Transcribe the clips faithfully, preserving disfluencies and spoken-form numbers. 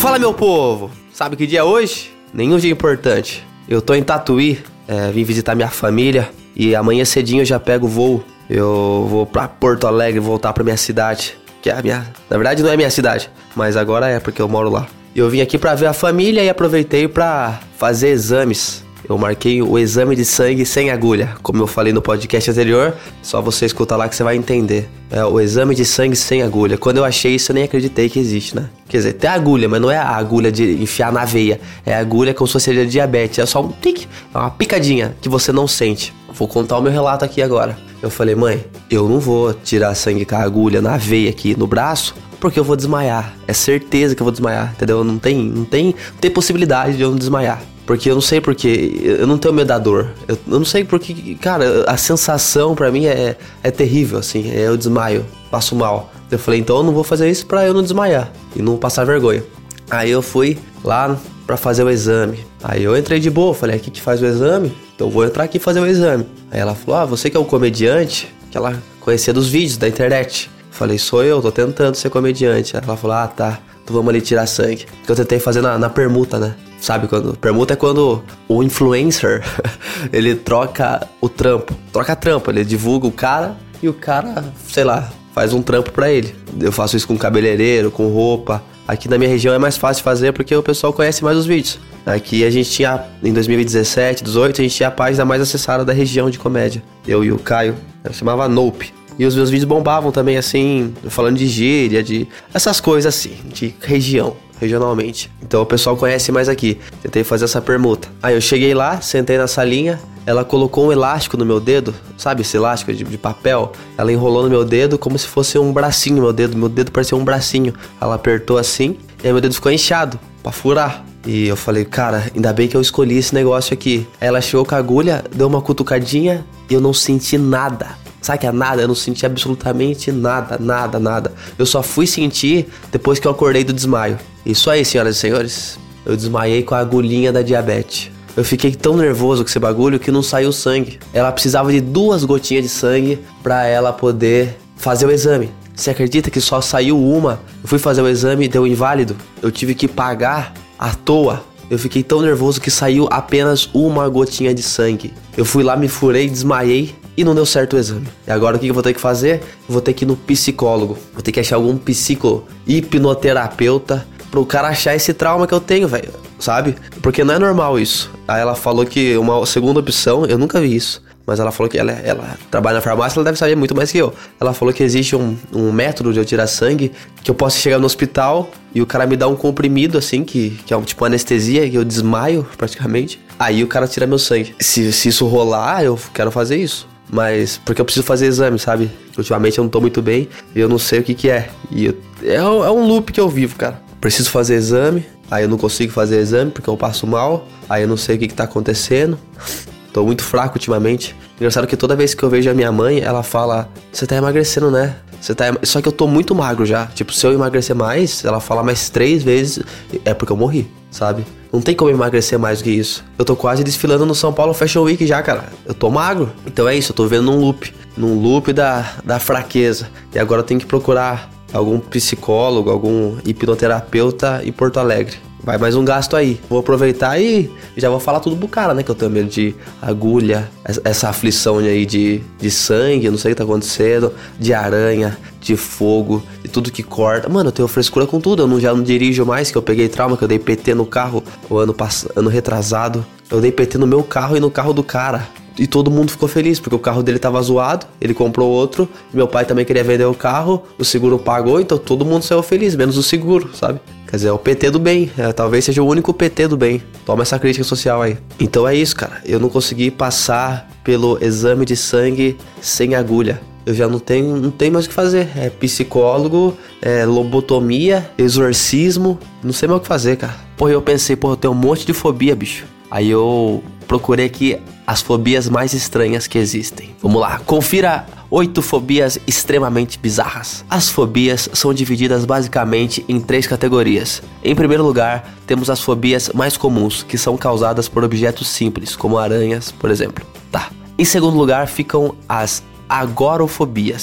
Fala, meu povo! Sabe que dia é hoje? Nenhum dia importante. Eu tô em Tatuí, é, vim visitar minha família e amanhã cedinho eu já pego o voo. Eu vou pra Porto Alegre, voltar pra minha cidade, que é a minha... Na verdade não é minha cidade, mas agora é porque eu moro lá. Eu vim aqui pra ver a família e aproveitei pra fazer exames. Eu marquei o exame de sangue sem agulha, como eu falei no podcast anterior, só você escutar lá que você vai entender. É o exame de sangue sem agulha. Quando eu achei isso, eu nem acreditei que existe, né? Quer dizer, tem agulha, mas não é a agulha de enfiar na veia. É a agulha como se fosse de diabetes. É só um tic, é uma picadinha que você não sente. Vou contar o meu relato aqui agora. Eu falei, mãe, eu não vou tirar sangue com a agulha na veia aqui no braço, porque eu vou desmaiar. É certeza que eu vou desmaiar, entendeu? Não tem, não tem, não tem possibilidade de eu não desmaiar. Porque eu não sei porque, eu não tenho medo da dor. Eu, eu não sei porque, cara, a sensação pra mim é, é terrível, assim. É eu desmaio, passo mal. Eu falei, então eu não vou fazer isso pra eu não desmaiar e não passar vergonha. Aí eu fui lá pra fazer o exame. Aí eu entrei de boa, falei, aqui que faz o exame? Então eu vou entrar aqui e fazer o exame. Aí ela falou, ah, você que é o comediante? Que ela conhecia dos vídeos da internet. Falei, sou eu, tô tentando ser comediante. Aí ela falou, ah, tá, então vamos ali tirar sangue. Que eu tentei fazer na, na permuta, né? Sabe quando? Permuta é quando o influencer, ele troca o trampo. Troca trampo, ele divulga o cara e o cara, sei lá, faz um trampo pra ele. Eu faço isso com cabeleireiro, com roupa. Aqui na minha região é mais fácil fazer porque o pessoal conhece mais os vídeos. Aqui a gente tinha, em dois mil e dezessete, dezoito, a gente tinha a página mais acessada da região de comédia. Eu e o Caio, ela chamava Nope. E os meus vídeos bombavam também, assim, falando de gíria, de essas coisas assim, de região, regionalmente. Então o pessoal conhece mais aqui. Tentei fazer essa permuta. Aí eu cheguei lá, sentei na salinha, ela colocou um elástico no meu dedo, sabe esse elástico de, de papel? Ela enrolou no meu dedo como se fosse um bracinho, meu dedo. Meu dedo parecia um bracinho. Ela apertou assim, e aí meu dedo ficou inchado, pra furar. E eu falei, cara, ainda bem que eu escolhi esse negócio aqui. Aí ela chegou com a agulha, deu uma cutucadinha e eu não senti nada. Sabe que é nada? Eu não senti absolutamente nada, nada, nada. Eu só fui sentir depois que eu acordei do desmaio. Isso aí, senhoras e senhores. Eu desmaiei com a agulhinha da diabetes. Eu fiquei tão nervoso com esse bagulho que não saiu sangue. Ela precisava de duas gotinhas de sangue pra ela poder fazer o exame. Você acredita que só saiu uma? Eu fui fazer o exame e deu inválido. Eu tive que pagar à toa. Eu fiquei tão nervoso que saiu apenas uma gotinha de sangue. Eu fui lá, me furei, desmaiei e não deu certo o exame. E agora o que eu vou ter que fazer? Eu vou ter que ir no psicólogo. Vou ter que achar algum psico hipnoterapeuta pro cara achar esse trauma que eu tenho, velho. Sabe? Porque não é normal isso. Aí ela falou que uma segunda opção, eu nunca vi isso, mas ela falou que ela, ela trabalha na farmácia, ela deve saber muito mais que eu. Ela falou que existe um, um método de eu tirar sangue, que eu posso chegar no hospital e o cara me dá um comprimido assim, que, que é um tipo anestesia, que eu desmaio praticamente. Aí o cara tira meu sangue. Se, se isso rolar, eu quero fazer isso. Mas porque eu preciso fazer exame, sabe? Ultimamente eu não tô muito bem e eu não sei o que que é. E eu, é, é um loop que eu vivo, cara. Preciso fazer exame, aí eu não consigo fazer exame porque eu passo mal. Aí eu não sei o que que tá acontecendo. Tô muito fraco ultimamente. Engraçado que toda vez que eu vejo a minha mãe, ela fala, você tá emagrecendo, né? Você tá... Só que eu tô muito magro já. Tipo, se eu emagrecer mais, ela fala mais três vezes, é porque eu morri, sabe? Não tem como emagrecer mais do que isso. Eu tô quase desfilando no São Paulo Fashion Week já, cara. Eu tô magro. Então é isso, eu tô vendo num loop. Num loop da, da fraqueza. E agora eu tenho que procurar algum psicólogo, algum hipnoterapeuta em Porto Alegre. Vai mais um gasto aí. Vou aproveitar e já vou falar tudo pro cara, né? Que eu tenho medo de agulha, essa aflição aí de, de sangue, não sei o que tá acontecendo, de aranha, de fogo, de tudo que corta. Mano, eu tenho frescura com tudo. Eu não, já não dirijo mais, que eu peguei trauma, que eu dei P T no carro o ano, pass... ano retrasado. Eu dei P T no meu carro e no carro do cara. E todo mundo ficou feliz, porque o carro dele tava zoado, ele comprou outro, meu pai também queria vender o carro, o seguro pagou, então todo mundo saiu feliz, menos o seguro, sabe? Quer dizer, é o P T do bem, é, talvez seja o único P T do bem. Toma essa crítica social aí. Então é isso, cara, eu não consegui passar pelo exame de sangue sem agulha. Eu já não tenho, não tenho mais o que fazer. É psicólogo, é lobotomia, exorcismo, não sei mais o que fazer, cara. Porra, eu pensei, porra, eu tenho um monte de fobia, bicho. Aí eu procurei aqui as fobias mais estranhas que existem. Vamos lá, confira oito fobias extremamente bizarras. As fobias são divididas basicamente em três categorias. Em primeiro lugar, temos as fobias mais comuns, que são causadas por objetos simples, como aranhas, por exemplo. Tá. Em segundo lugar, ficam as agorafobias.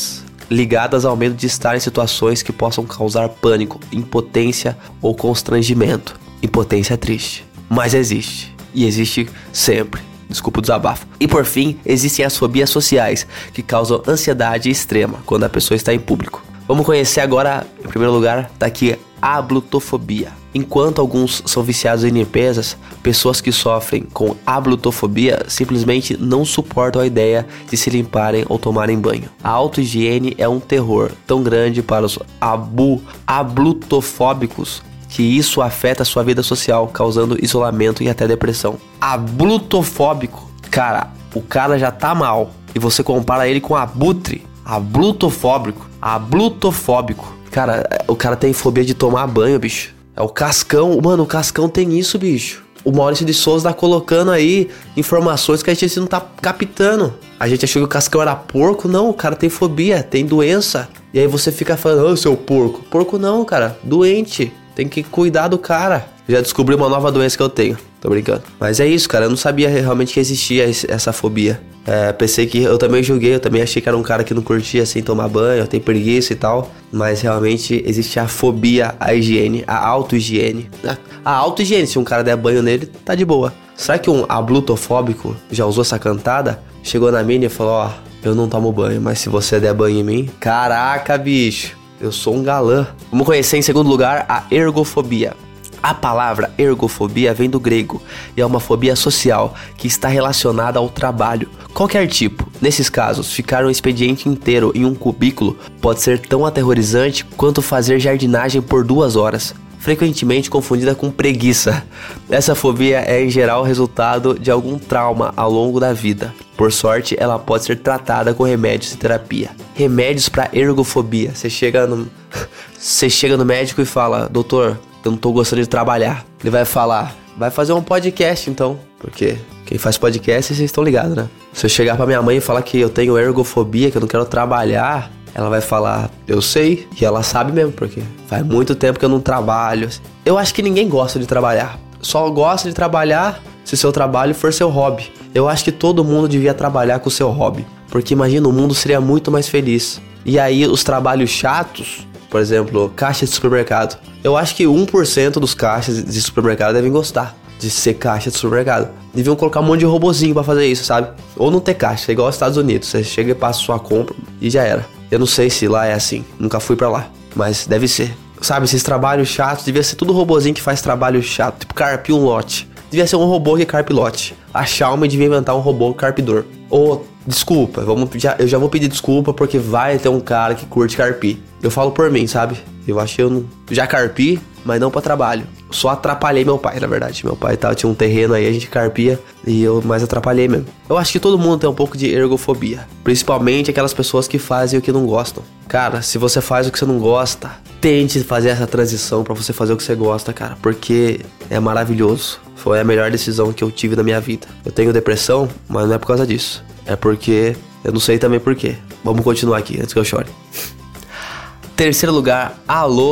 ligadas ao medo de estar em situações que possam causar pânico, impotência ou constrangimento. Impotência é triste, mas existe. E existe sempre. Desculpa o desabafo. E por fim, existem as fobias sociais, que causam ansiedade extrema quando a pessoa está em público. Vamos conhecer agora, em primeiro lugar, daqui a ablutofobia. Enquanto alguns são viciados em limpezas, pessoas que sofrem com ablutofobia simplesmente não suportam a ideia de se limparem ou tomarem banho. A auto-higiene é um terror tão grande para os abu, ablutofóbicos que isso afeta a sua vida social, causando isolamento e até depressão. Ablutofóbico, cara, o cara já tá mal e você compara ele com abutre. Ablutofóbico, ablutofóbico. Cara, o cara tem fobia de tomar banho, bicho. É o Cascão, mano, o Cascão tem isso, bicho. O Maurício de Souza tá colocando aí informações que a gente não tá captando. A gente achou que o Cascão era porco, não, o cara tem fobia, tem doença. E aí você fica falando, ô, seu porco. Porco não, cara, doente. Tem que cuidar do cara. Já descobri uma nova doença que eu tenho. Tô brincando. Mas é isso, cara. Eu não sabia realmente que existia essa fobia. É, pensei que... Eu também julguei. Eu também achei que era um cara que não curtia sem tomar banho. Tem preguiça e tal. Mas realmente existe a fobia à higiene. A auto-higiene. A auto-higiene. Se um cara der banho nele, tá de boa. Será que um ablutofóbico já usou essa cantada? Chegou na mina e falou, ó... Eu não tomo banho, mas se você der banho em mim... Caraca, bicho. Eu sou um galã. Vamos conhecer em segundo lugar a ergofobia. A palavra ergofobia vem do grego e é uma fobia social que está relacionada ao trabalho, qualquer tipo. Nesses casos, ficar um expediente inteiro em um cubículo pode ser tão aterrorizante quanto fazer jardinagem por duas horas, frequentemente confundida com preguiça. Essa fobia é em geral resultado de algum trauma ao longo da vida. Por sorte, ela pode ser tratada com remédios e terapia. Remédios para ergofobia. Você chega no Você chega no médico e fala, doutor, eu não tô gostando de trabalhar. Ele vai falar, vai fazer um podcast então. Porque quem faz podcast, vocês estão ligados, né? Se eu chegar pra minha mãe e falar que eu tenho ergofobia, que eu não quero trabalhar, ela vai falar, eu sei. E ela sabe mesmo, porque faz muito tempo que eu não trabalho. Eu acho que ninguém gosta de trabalhar. Só gosta de trabalhar se seu trabalho for seu hobby. Eu acho que todo mundo devia trabalhar com o seu hobby. Porque imagina, o mundo seria muito mais feliz. E aí os trabalhos chatos, por exemplo, caixa de supermercado. Eu acho que um por cento dos caixas de supermercado devem gostar de ser caixa de supermercado. Deviam colocar um monte de robozinho pra fazer isso, sabe? Ou não ter caixa, é igual aos Estados Unidos. Você chega e passa sua compra e já era. Eu não sei se lá é assim, nunca fui pra lá, mas deve ser. Sabe, esses trabalhos chatos, devia ser tudo robozinho que faz trabalho chato, tipo carpir um lote. Devia ser um robô que carpe lote. A Xiaomi devia inventar um robô carpidor. Ou, desculpa, vamos, já, eu já vou pedir desculpa porque vai ter um cara que curte carpir. Eu falo por mim, sabe? Eu acho que eu não, já carpi, mas não pra trabalho. Só atrapalhei meu pai, na verdade. Meu pai tava, tinha um terreno aí, a gente carpia e eu mais atrapalhei mesmo. Eu acho que todo mundo tem um pouco de ergofobia. Principalmente aquelas pessoas que fazem o que não gostam. Cara, se você faz o que você não gosta, tente fazer essa transição pra você fazer o que você gosta, cara. Porque é maravilhoso. Foi a melhor decisão que eu tive na minha vida. Eu tenho depressão, mas não é por causa disso. É porque... eu não sei também por quê. Vamos continuar aqui, antes que eu chore. Terceiro lugar,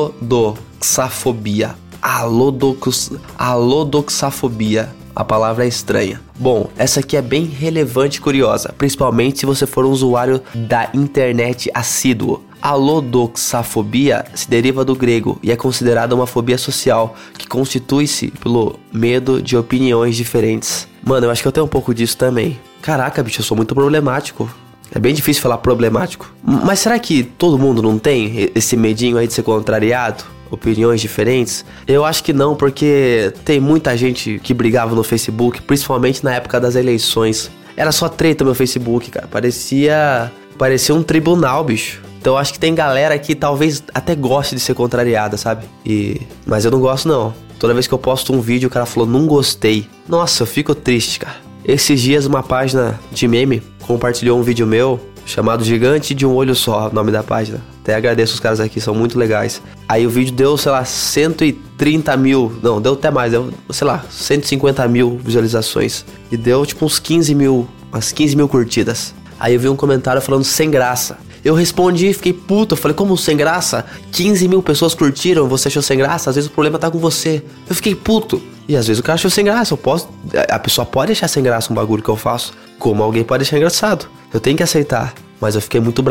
alodoxafobia. Alodox... Alodoxafobia. A palavra é estranha. Bom, essa aqui é bem relevante e curiosa, principalmente se você for um usuário da internet assíduo. Alodoxafobia se deriva do grego e é considerada uma fobia social que constitui-se pelo medo de opiniões diferentes. Mano, eu acho que eu tenho um pouco disso também. Caraca, bicho, eu sou muito problemático. É bem difícil falar problemático. Mas será que todo mundo não tem esse medinho aí de ser contrariado? Opiniões diferentes? Eu acho que não, porque tem muita gente que brigava no Facebook, principalmente na época das eleições. Era só treta no meu Facebook, cara. Parecia... Parecia um tribunal, bicho. Então eu acho que tem galera que talvez até goste de ser contrariada, sabe? E... Mas eu não gosto, não. Toda vez que eu posto um vídeo, o cara falou, não gostei. Nossa, eu fico triste, cara. Esses dias uma página de meme compartilhou um vídeo meu chamado Gigante de um Olho Só, o nome da página. Até agradeço os caras aqui, são muito legais. Aí o vídeo deu, sei lá, cento e trinta mil, não, deu até mais, deu, sei lá, cento e cinquenta mil visualizações. E deu tipo uns quinze mil, umas quinze mil curtidas. Aí eu vi um comentário falando sem graça. Eu respondi, fiquei puto, eu falei, como sem graça? quinze mil pessoas curtiram, você achou sem graça? Às vezes o problema tá com você. Eu fiquei puto. E às vezes o cara achou sem graça, eu posso... A pessoa pode achar sem graça um bagulho que eu faço, como alguém pode achar engraçado. Eu tenho que aceitar. Mas eu fiquei muito bravo.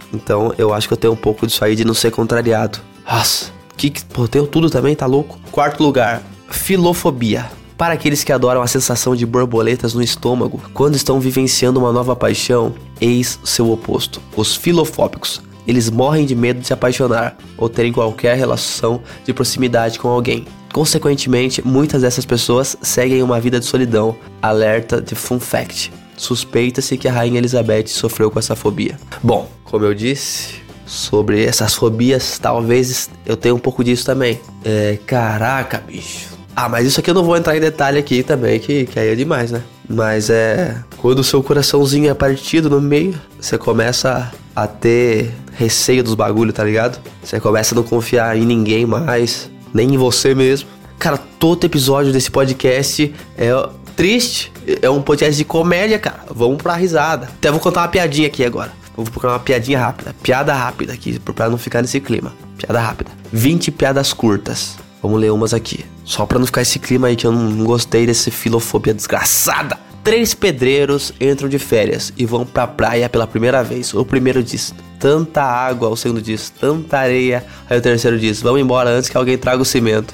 Então eu acho que eu tenho um pouco disso aí de não ser contrariado. Nossa, que, pô, eu tenho tudo também, tá louco? Quarto lugar, filofobia. Para aqueles que adoram a sensação de borboletas no estômago quando estão vivenciando uma nova paixão, eis seu oposto, os filofóbicos. Eles morrem de medo de se apaixonar ou terem qualquer relação de proximidade com alguém. Consequentemente, muitas dessas pessoas seguem uma vida de solidão. Alerta de fun fact. Suspeita-se que a Rainha Elizabeth sofreu com essa fobia. Bom, como eu disse, sobre essas fobias, talvez eu tenha um pouco disso também. É, caraca, bicho. Ah, mas isso aqui eu não vou entrar em detalhe aqui também, que, que aí é demais, né? Mas é... quando o seu coraçãozinho é partido no meio, você começa a ter receio dos bagulho, tá ligado? Você começa a não confiar em ninguém mais, nem em você mesmo. Cara, todo episódio desse podcast é triste. É um podcast de comédia, cara. Vamos pra risada. Até vou contar uma piadinha aqui agora. Vou procurar uma piadinha rápida. Piada rápida aqui, pra não ficar nesse clima. Piada rápida. vinte piadas curtas. Vamos ler umas aqui. Só pra não ficar esse clima aí que eu não, não gostei desse filofobia desgraçada. Três pedreiros entram de férias e vão pra praia pela primeira vez. O primeiro diz, tanta água. O segundo diz, tanta areia. Aí o terceiro diz, vamos embora antes que alguém traga o cimento.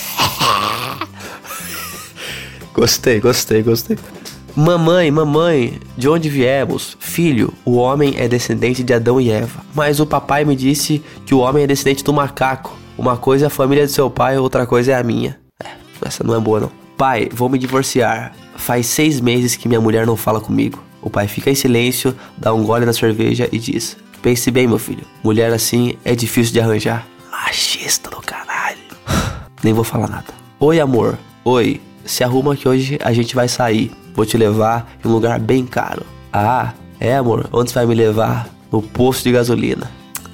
Gostei, gostei, gostei. Mamãe, mamãe, de onde viemos? Filho, o homem é descendente de Adão e Eva. Mas o papai me disse que o homem é descendente do macaco. Uma coisa é a família de seu pai, outra coisa é a minha. É, essa não é boa não. Pai, vou me divorciar. Faz seis meses que minha mulher não fala comigo. O pai fica em silêncio, dá um gole na cerveja e diz, pense bem, meu filho. Mulher assim é difícil de arranjar. Machista do caralho. Nem vou falar nada. Oi, amor. Oi. Se arruma que hoje a gente vai sair. Vou te levar em um lugar bem caro. Ah, é, amor? Onde você vai me levar? No posto de gasolina.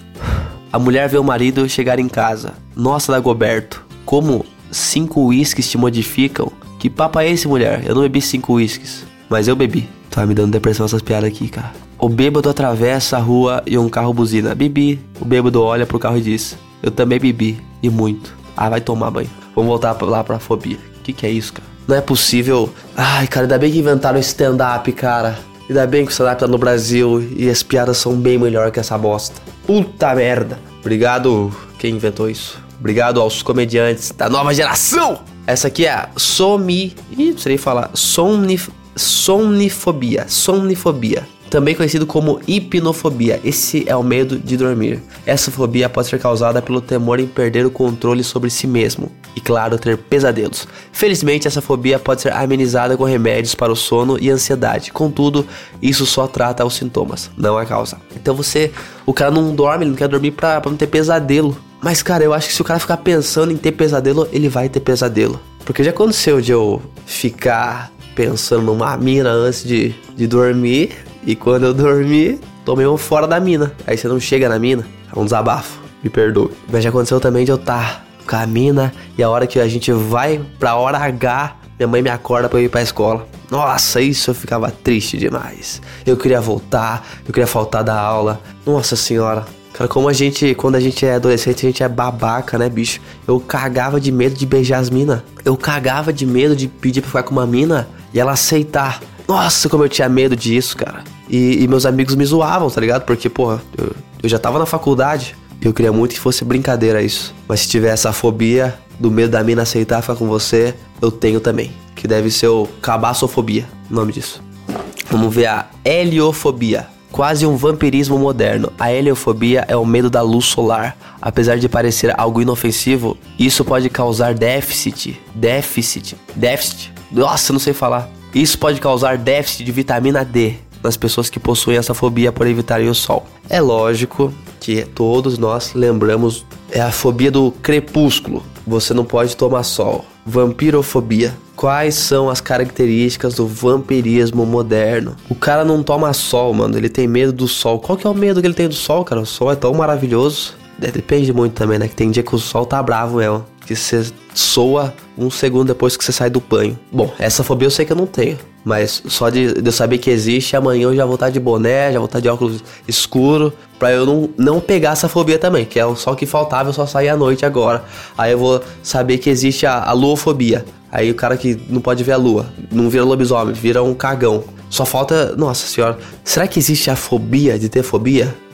A mulher vê o marido chegar em casa. Nossa, Dagoberto, como cinco uísques te modificam? Que papo é esse, mulher? Eu não bebi cinco uísques. Mas eu bebi. Tá me dando depressão essas piadas aqui, cara. O bêbado atravessa a rua e um carro buzina. Bebi. O bêbado olha pro carro e diz, eu também bebi. E muito. Ah, vai tomar banho. Vamos voltar lá pra fobia. Que que é isso, cara? Não é possível. Ai, cara, ainda bem que inventaram stand-up, cara. Ainda bem que o stand-up tá no Brasil e as piadas são bem melhor que essa bosta. Puta merda. Obrigado quem inventou isso. Obrigado aos comediantes da nova geração. Essa aqui é a somi... Ih, não sei nem falar. Somnif... Somnifobia. Somnifobia. Também conhecido como hipnofobia. Esse é o medo de dormir. Essa fobia pode ser causada pelo temor em perder o controle sobre si mesmo. E claro, ter pesadelos. Felizmente, essa fobia pode ser amenizada com remédios para o sono e ansiedade. Contudo, isso só trata os sintomas, não a causa. Então você... O cara não dorme, ele não quer dormir pra, pra não ter pesadelo. Mas, cara, eu acho que se o cara ficar pensando em ter pesadelo, ele vai ter pesadelo. Porque já aconteceu de eu ficar pensando numa mina antes de, de dormir... E quando eu dormi, tomei um fora da mina. Aí você não chega na mina, é um desabafo, me perdoe. Mas já aconteceu também de eu estar com a mina e a hora que a gente vai pra hora H, minha mãe me acorda pra eu ir pra escola. Nossa, isso eu ficava triste demais. Eu queria voltar, eu queria faltar da aula. Nossa senhora. Cara, como a gente, quando a gente é adolescente, a gente é babaca, né, bicho? Eu cagava de medo de beijar as minas. Eu cagava de medo de pedir pra ficar com uma mina e ela aceitar. Nossa, como eu tinha medo disso, cara. E, e meus amigos me zoavam, tá ligado? Porque, porra, eu, eu já tava na faculdade. E eu queria muito que fosse brincadeira isso. Mas se tiver essa fobia do medo da mina aceitar ficar com você, eu tenho também. Que deve ser o cabaçofobia, o nome disso. Vamos ver a heliofobia. Quase um vampirismo moderno. A heliofobia é o medo da luz solar. Apesar de parecer algo inofensivo, isso pode causar déficit. Déficit. Déficit. Nossa, não sei falar. Isso pode causar déficit de vitamina D nas pessoas que possuem essa fobia por evitarem o sol. É lógico que todos nós lembramos, é a fobia do crepúsculo. Você não pode tomar sol. Vampirofobia. Quais são as características do vampirismo moderno? O cara não toma sol, mano. Ele tem medo do sol. Qual que é o medo que ele tem do sol, cara? O sol é tão maravilhoso. Depende muito também, né? Que tem dia que o sol tá bravo mesmo. Que você soa um segundo depois que você sai do banho. Bom, essa fobia eu sei que eu não tenho. Mas só de, de eu saber que existe, amanhã eu já vou estar de boné, já vou estar de óculos escuro. Pra eu não, não pegar essa fobia também. Que é só o que faltava, eu só sair à noite agora. Aí eu vou saber que existe a, a luofobia. Aí o cara que não pode ver a lua, não vira lobisomem, vira um cagão. Só falta... Nossa senhora, será que existe a fobia de ter fobia?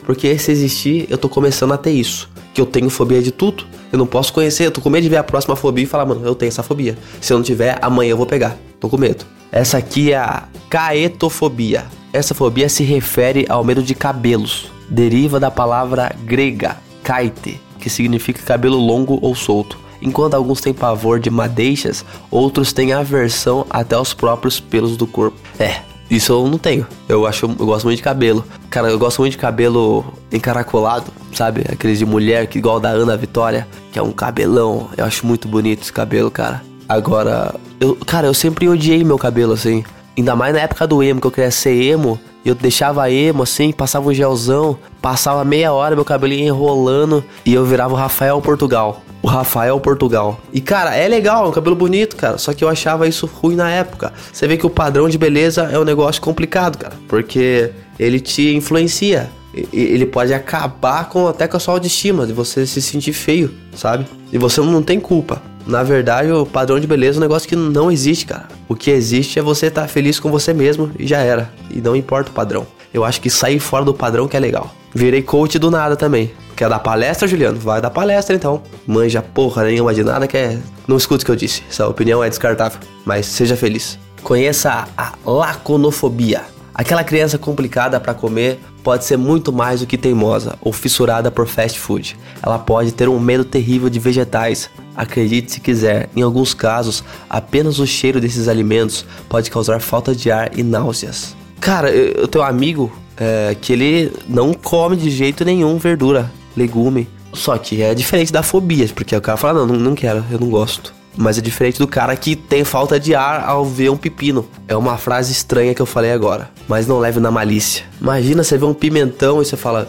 Porque se existir, eu tô começando a ter isso. Que eu tenho fobia de tudo. Eu não posso conhecer, eu tô com medo de ver a próxima fobia e falar, mano, eu tenho essa fobia. Se eu não tiver, amanhã eu vou pegar. Tô com medo. Essa aqui é a caetofobia. Essa fobia se refere ao medo de cabelos. Deriva da palavra grega, kaite, que significa cabelo longo ou solto. Enquanto alguns têm pavor de madeixas, outros têm aversão até aos próprios pelos do corpo. É, isso eu não tenho. Eu acho, eu gosto muito de cabelo. Cara, eu gosto muito de cabelo encaracolado, sabe? Aqueles de mulher, que igual da Ana Vitória, que é um cabelão. Eu acho muito bonito esse cabelo, cara. Agora, eu, cara, eu sempre odiei meu cabelo assim. Ainda mais na época do emo, que eu queria ser emo. E eu deixava emo assim, passava um gelzão, passava meia hora meu cabelinho enrolando e eu virava o Rafael Portugal. O Rafael Portugal. E cara, é legal, é um cabelo bonito, cara. Só que eu achava isso ruim na época. Você vê que o padrão de beleza é um negócio complicado, cara. Porque ele te influencia. Ele pode acabar com, até com a sua autoestima, de você se sentir feio, sabe? E você não tem culpa. Na verdade, o padrão de beleza é um negócio que não existe, cara. O que existe é você estar feliz com você mesmo e já era. E não importa o padrão. Eu acho que sair fora do padrão que é legal. Virei coach do nada também. Quer dar palestra, Juliano? Vai dar palestra então. Manja porra nenhuma de nada, que é... Não escuta o que eu disse. Essa opinião é descartável. Mas seja feliz. Conheça a laconofobia. Aquela criança complicada para comer pode ser muito mais do que teimosa ou fissurada por fast food. Ela pode ter um medo terrível de vegetais. Acredite se quiser, em alguns casos, apenas o cheiro desses alimentos pode causar falta de ar e náuseas. Cara, eu tenho um amigo é, que ele não come de jeito nenhum verdura, legume. Só que é diferente da fobia, porque o cara fala, não, não quero, eu não gosto. Mas é diferente do cara que tem falta de ar ao ver um pepino. É uma frase estranha que eu falei agora, mas não leve na malícia. Imagina você ver um pimentão e você fala...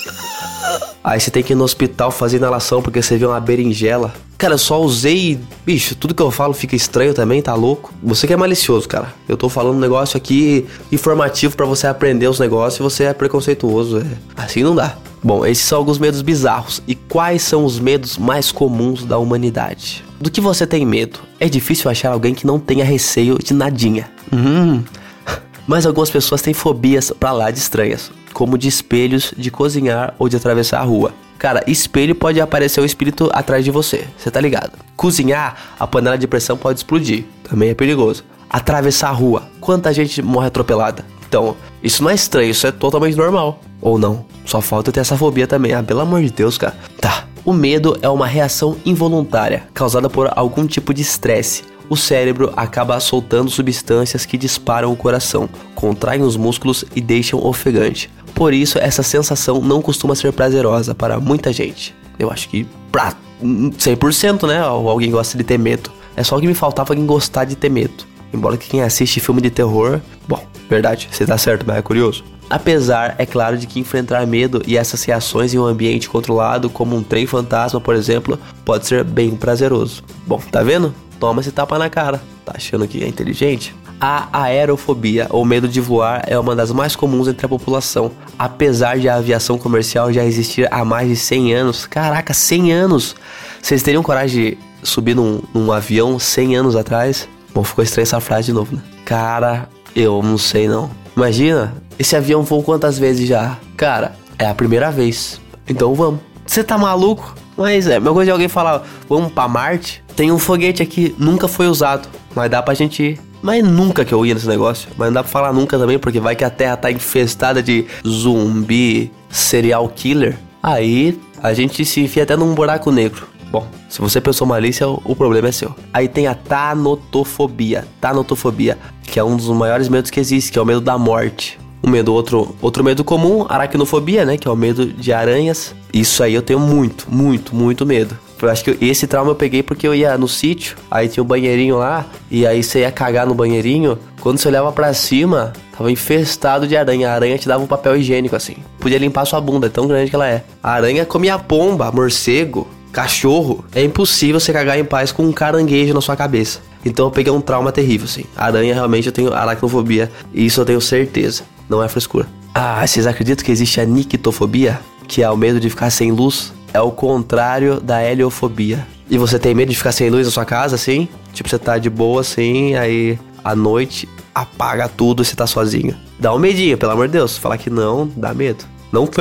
Aí você tem que ir no hospital fazer inalação porque você vê uma berinjela. Cara, eu só usei... Bicho, tudo que eu falo fica estranho também, tá louco? Você que é malicioso, cara. Eu tô falando um negócio aqui informativo pra você aprender os negócios e você é preconceituoso. É... Assim não dá. Bom, esses são alguns medos bizarros. E quais são os medos mais comuns da humanidade? Do que você tem medo? É difícil achar alguém que não tenha receio de nadinha. Hum... Mas algumas pessoas têm fobias pra lá de estranhas, como de espelhos, de cozinhar ou de atravessar a rua. Cara, espelho pode aparecer um espírito atrás de você, você tá ligado? Cozinhar, a panela de pressão pode explodir, também é perigoso. Atravessar a rua, quanta gente morre atropelada. Então, isso não é estranho, isso é totalmente normal. Ou não, só falta ter essa fobia também, ah, pelo amor de Deus, cara. Tá, o medo é uma reação involuntária, causada por algum tipo de estresse. O cérebro acaba soltando substâncias que disparam o coração, contraem os músculos e deixam ofegante. Por isso, essa sensação não costuma ser prazerosa para muita gente. Eu acho que pra cem por cento, né? Alguém gosta de ter medo. É só o que me faltava alguém gostar de ter medo. Embora que quem assiste filme de terror... Bom, verdade, você tá certo, mas é curioso. Apesar, é claro, de que enfrentar medo e essas reações em um ambiente controlado, como um trem fantasma, por exemplo, pode ser bem prazeroso. Bom, tá vendo? Toma esse tapa na cara. Tá achando que é inteligente? A aerofobia, ou medo de voar, é uma das mais comuns entre a população. Apesar de a aviação comercial já existir há mais de cem anos. Caraca, cem anos! Vocês teriam coragem de subir num, num avião cem anos atrás? Bom, ficou estranha essa frase de novo, né? Cara, eu não sei não. Imagina, esse avião voou quantas vezes já? Cara, é a primeira vez. Então vamos. Você tá maluco? Mas é, meu coisa de alguém falar, vamos pra Marte? Tem um foguete aqui, nunca foi usado, mas dá pra gente ir. Mas nunca que eu ia nesse negócio. Mas não dá pra falar nunca também, porque vai que a Terra tá infestada de zumbi, serial killer. Aí a gente se enfia até num buraco negro. Bom, se você pensou malícia, o problema é seu. Aí tem a tanotofobia. Tanotofobia, que é um dos maiores medos que existe, que é o medo da morte. Um medo, outro, outro medo comum, aracnofobia, né? Que é o medo de aranhas. Isso aí eu tenho muito, muito, muito medo. Eu acho que esse trauma eu peguei porque eu ia no sítio, aí tinha um banheirinho lá, e aí você ia cagar no banheirinho, quando você olhava pra cima, tava infestado de aranha. A aranha te dava um papel higiênico assim. Podia limpar sua bunda, é tão grande que ela é. A aranha comia pomba, morcego, cachorro. É impossível você cagar em paz com um caranguejo na sua cabeça. Então eu peguei um trauma terrível, assim. Aranha, realmente, eu tenho aracnofobia. E isso eu tenho certeza. Não é frescura. Ah, vocês acreditam que existe a nictofobia? Que é o medo de ficar sem luz? É o contrário da heliofobia. E você tem medo de ficar sem luz na sua casa, assim? Tipo, você tá de boa, assim, aí à noite apaga tudo e você tá sozinho. Dá um medinho, pelo amor de Deus. Falar que não, dá medo. Não tanto.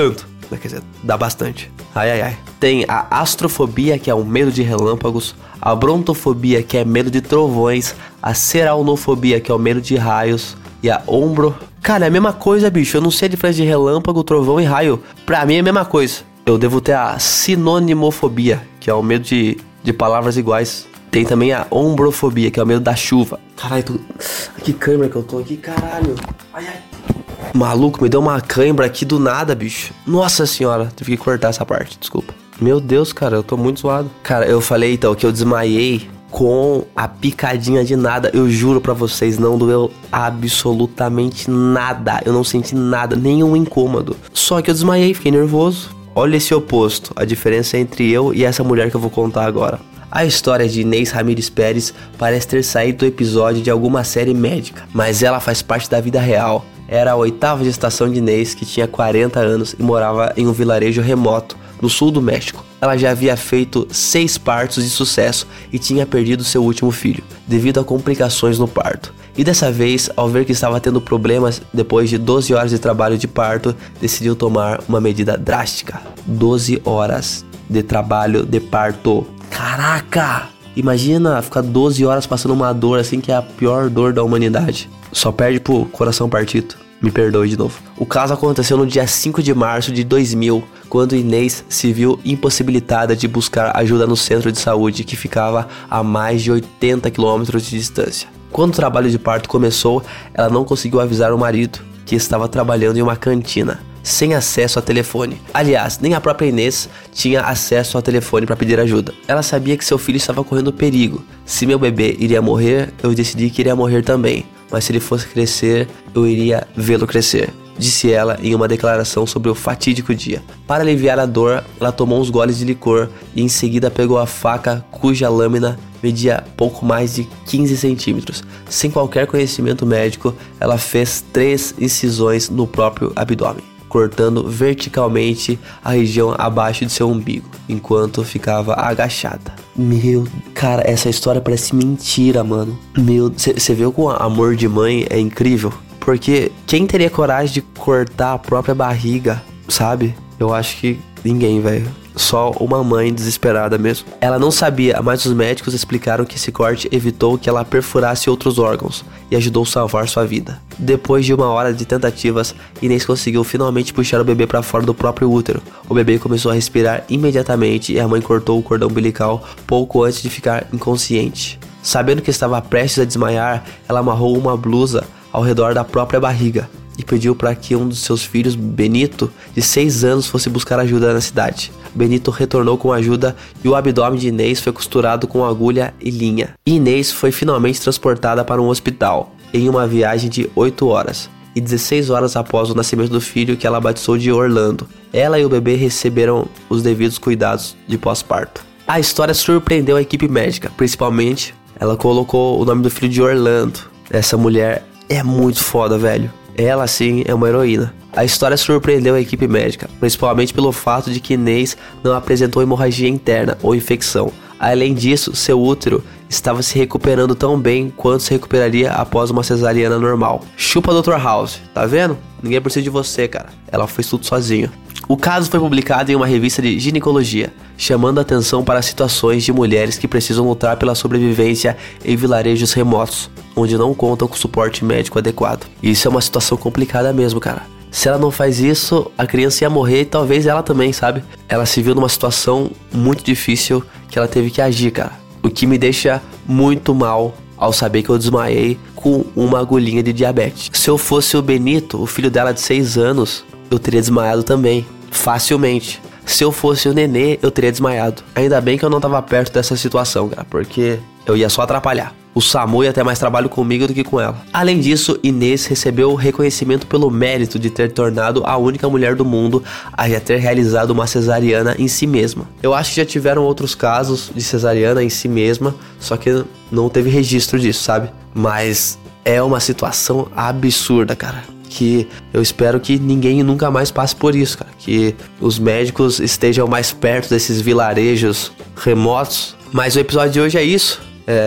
Quer dizer, dá bastante. Ai, ai, ai. Tem a astrofobia, que é o medo de relâmpagos. A brontofobia, que é medo de trovões. A seralnofobia, que é o medo de raios. E a ombro... Cara, é a mesma coisa, bicho. Eu não sei a diferença de relâmpago, trovão e raio. Pra mim é a mesma coisa. Eu devo ter a sinonimofobia, que é o medo de, de palavras iguais. Tem também a ombrofobia, que é o medo da chuva. Caralho, tô... que câimbra que eu tô aqui, caralho. Ai, ai. Maluco, me deu uma cãibra aqui do nada, bicho. Nossa senhora, tive que cortar essa parte, desculpa. Meu Deus, cara, eu tô muito zoado. Cara, eu falei então que eu desmaiei com a picadinha de nada. Eu juro pra vocês, não doeu absolutamente nada. Eu não senti nada, nenhum incômodo. Só que eu desmaiei, fiquei nervoso. Olha esse oposto, a diferença entre eu e essa mulher que eu vou contar agora. A história de Inês Ramírez Pérez parece ter saído do episódio de alguma série médica, mas ela faz parte da vida real. Era a oitava gestação de Inês, que tinha quarenta anos e morava em um vilarejo remoto, no sul do México. Ela já havia feito seis partos de sucesso e tinha perdido seu último filho, devido a complicações no parto. E dessa vez, ao ver que estava tendo problemas, depois de doze horas de trabalho de parto, decidiu tomar uma medida drástica. doze horas de trabalho de parto. Caraca! Imagina ficar doze horas passando uma dor assim, que é a pior dor da humanidade. Só perde pro coração partido. Me perdoe de novo. O caso aconteceu no dia cinco de março de dois mil, quando Inês se viu impossibilitada de buscar ajuda no centro de saúde, que ficava a mais de oitenta quilômetros de distância. Quando o trabalho de parto começou, ela não conseguiu avisar o marido, que estava trabalhando em uma cantina, sem acesso a telefone. Aliás, nem a própria Inês tinha acesso ao telefone para pedir ajuda. Ela sabia que seu filho estava correndo perigo. Se meu bebê iria morrer, eu decidi que iria morrer também. Mas se ele fosse crescer, eu iria vê-lo crescer, disse ela em uma declaração sobre o fatídico dia. Para aliviar a dor, ela tomou uns goles de licor e em seguida pegou a faca, cuja lâmina media pouco mais de quinze centímetros. Sem qualquer conhecimento médico, ela fez três incisões no próprio abdômen, cortando verticalmente a região abaixo de seu umbigo, enquanto ficava agachada. Meu, cara, essa história parece mentira, mano. Meu, você viu como amor de mãe é incrível? Porque quem teria coragem de cortar a própria barriga, sabe? Eu acho que ninguém, velho. Só uma mãe desesperada mesmo. Ela não sabia, mas os médicos explicaram que esse corte evitou que ela perfurasse outros órgãos e ajudou a salvar sua vida. Depois de uma hora de tentativas, Inês conseguiu finalmente puxar o bebê para fora do próprio útero. O bebê começou a respirar imediatamente e a mãe cortou o cordão umbilical pouco antes de ficar inconsciente. Sabendo que estava prestes a desmaiar, ela amarrou uma blusa ao redor da própria barriga e pediu para que um dos seus filhos, Benito, de seis anos, fosse buscar ajuda na cidade. Benito retornou com ajuda e o abdômen de Inês foi costurado com agulha e linha. E Inês foi finalmente transportada para um hospital, em uma viagem de oito horas. E dezesseis horas após o nascimento do filho, que ela batizou de Orlando. Ela e o bebê receberam os devidos cuidados de pós-parto. A história surpreendeu a equipe médica, principalmente ela colocou o nome do filho de Orlando. Essa mulher é muito foda, velho. Ela, sim, é uma heroína. A história surpreendeu a equipe médica, principalmente pelo fato de que Inês não apresentou hemorragia interna ou infecção. Além disso, seu útero estava se recuperando tão bem quanto se recuperaria após uma cesariana normal. Chupa doutor House, tá vendo? Ninguém precisa de você, cara. Ela fez tudo sozinha. O caso foi publicado em uma revista de ginecologia, chamando a atenção para situações de mulheres que precisam lutar pela sobrevivência em vilarejos remotos, onde não contam com suporte médico adequado. E isso é uma situação complicada mesmo, cara. Se ela não faz isso, a criança ia morrer e talvez ela também, sabe? Ela se viu numa situação muito difícil que ela teve que agir, cara. O que me deixa muito mal ao saber que eu desmaiei com uma agulhinha de diabetes. Se eu fosse o Benito, o filho dela de seis anos, eu teria desmaiado também, facilmente. Se eu fosse o Nenê, eu teria desmaiado. Ainda bem que eu não tava perto dessa situação, cara, porque eu ia só atrapalhar. O SAMU ia ter mais trabalho comigo do que com ela. Além disso, Inês recebeu reconhecimento pelo mérito de ter tornado a única mulher do mundo a já ter realizado uma cesariana em si mesma. Eu acho que já tiveram outros casos de cesariana em si mesma, só que não teve registro disso, sabe? Mas é uma situação absurda, cara, que eu espero que ninguém nunca mais passe por isso, cara. Que os médicos estejam mais perto desses vilarejos remotos. Mas o episódio de hoje é isso. É,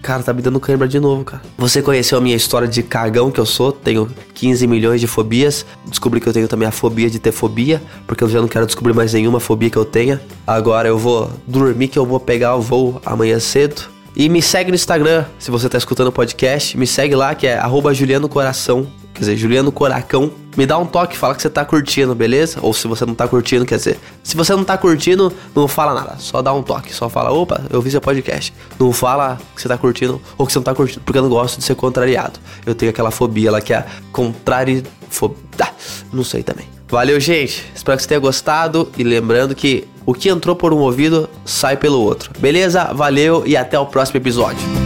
Cara, tá me dando cãibra de novo, cara. Você conheceu a minha história de cagão que eu sou? Tenho quinze milhões de fobias. Descobri que eu tenho também a fobia de ter fobia, porque eu já não quero descobrir mais nenhuma fobia que eu tenha. Agora eu vou dormir, que eu vou pegar o voo amanhã cedo. E me segue no Instagram, se você tá escutando o podcast. Me segue lá, que é arroba Juliano Coração. Quer dizer, Juliano Coracão. Me dá um toque, fala que você tá curtindo, beleza? Ou se você não tá curtindo, quer dizer, se você não tá curtindo, não fala nada. Só dá um toque, só fala, opa, eu vi seu podcast. Não fala que você tá curtindo ou que você não tá curtindo, porque eu não gosto de ser contrariado. Eu tenho aquela fobia lá que é contrário... Fob... Ah, não sei também. Valeu, gente. Espero que você tenha gostado. E lembrando que o que entrou por um ouvido, sai pelo outro. Beleza? Valeu e até o próximo episódio.